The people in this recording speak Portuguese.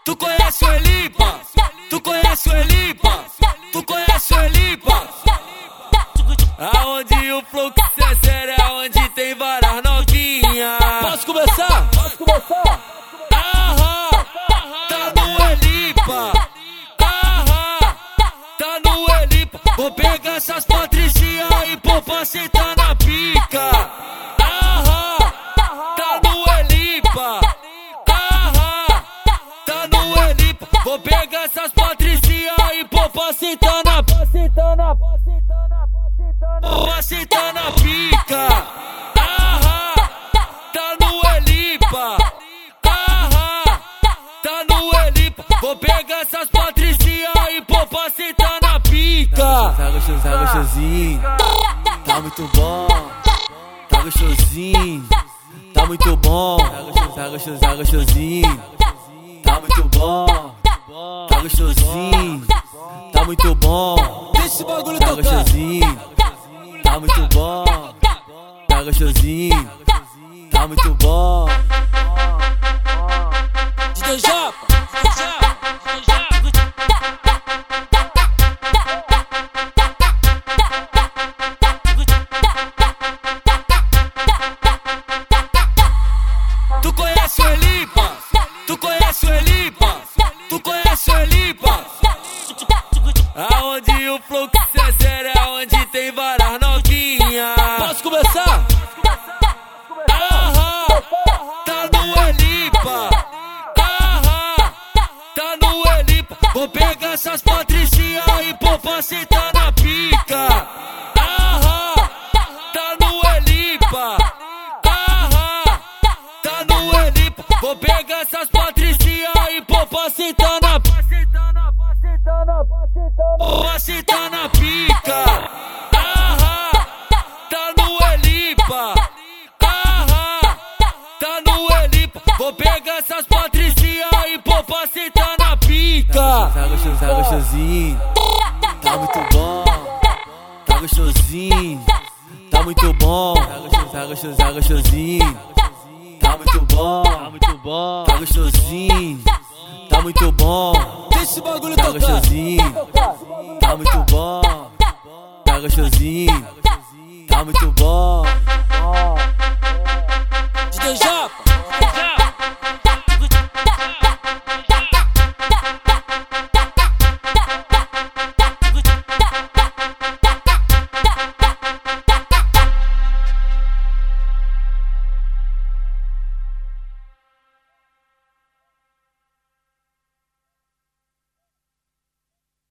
Tu conhece o Elipa? Tu conhece o Elipa? Tu conhece o Elipa? Aonde o flow que cê é sério, aonde tem várias novinhas. Posso começar? Posso começar? Aham, tá no Elipa. Aham, tá no Elipa. Vou pegar essas patricinhas e pôr pra sentar na pica. Aham, tá no Elipa. Aham, tá no Elipa. Vou pegar essas patricinhas e pôr pra sentar na pica. Pra sentar na pica. Aham, tá no Elipa. Aham, tá no Elipa. Vou pegar essas patricinhas e pôr pra sentar na pica. Tá gostosinho, tá muito bom. Tá gostosinho, tá muito bom. Tá gostosinho, tá muito bom. Tá gostosinho, tá muito bom. Deixa esse bagulho Tá tocar. gostosinho, tá muito bom. Tá gostosinho, tá muito bom. DJ Japa. Tu conhece o Elipa? Tu conhece o Elipa? Tu conhece o Elipa? Aonde o flow que cê é sério, aonde tem várias novinhas. Posso começar? Aham, tá no Elipa. Aham, tá no Elipa. Vou pegar essas patricinhas e pôr pra sentar na pica. Aham, tá no Elipa. Aham, tá no Elipa. Vou pegar essas patricinhas e pôr pra sentar na pica. Pra sentar na pica. Aham, tá no Elipa. Aham, tá no Elipa. Vou pegar essas patricinhas e pôr pra sentar na pica. Tá gostosinho, tá muito bom. Tá gostosinho, tá muito bom. Tá gostosinho, tá muito bom. Tá gostosinho, tá muito bom. Deixa esse bagulho Tá tocar. gostosinho, tá muito bom. Tá gostosinho, tá muito bom. DJ Japa.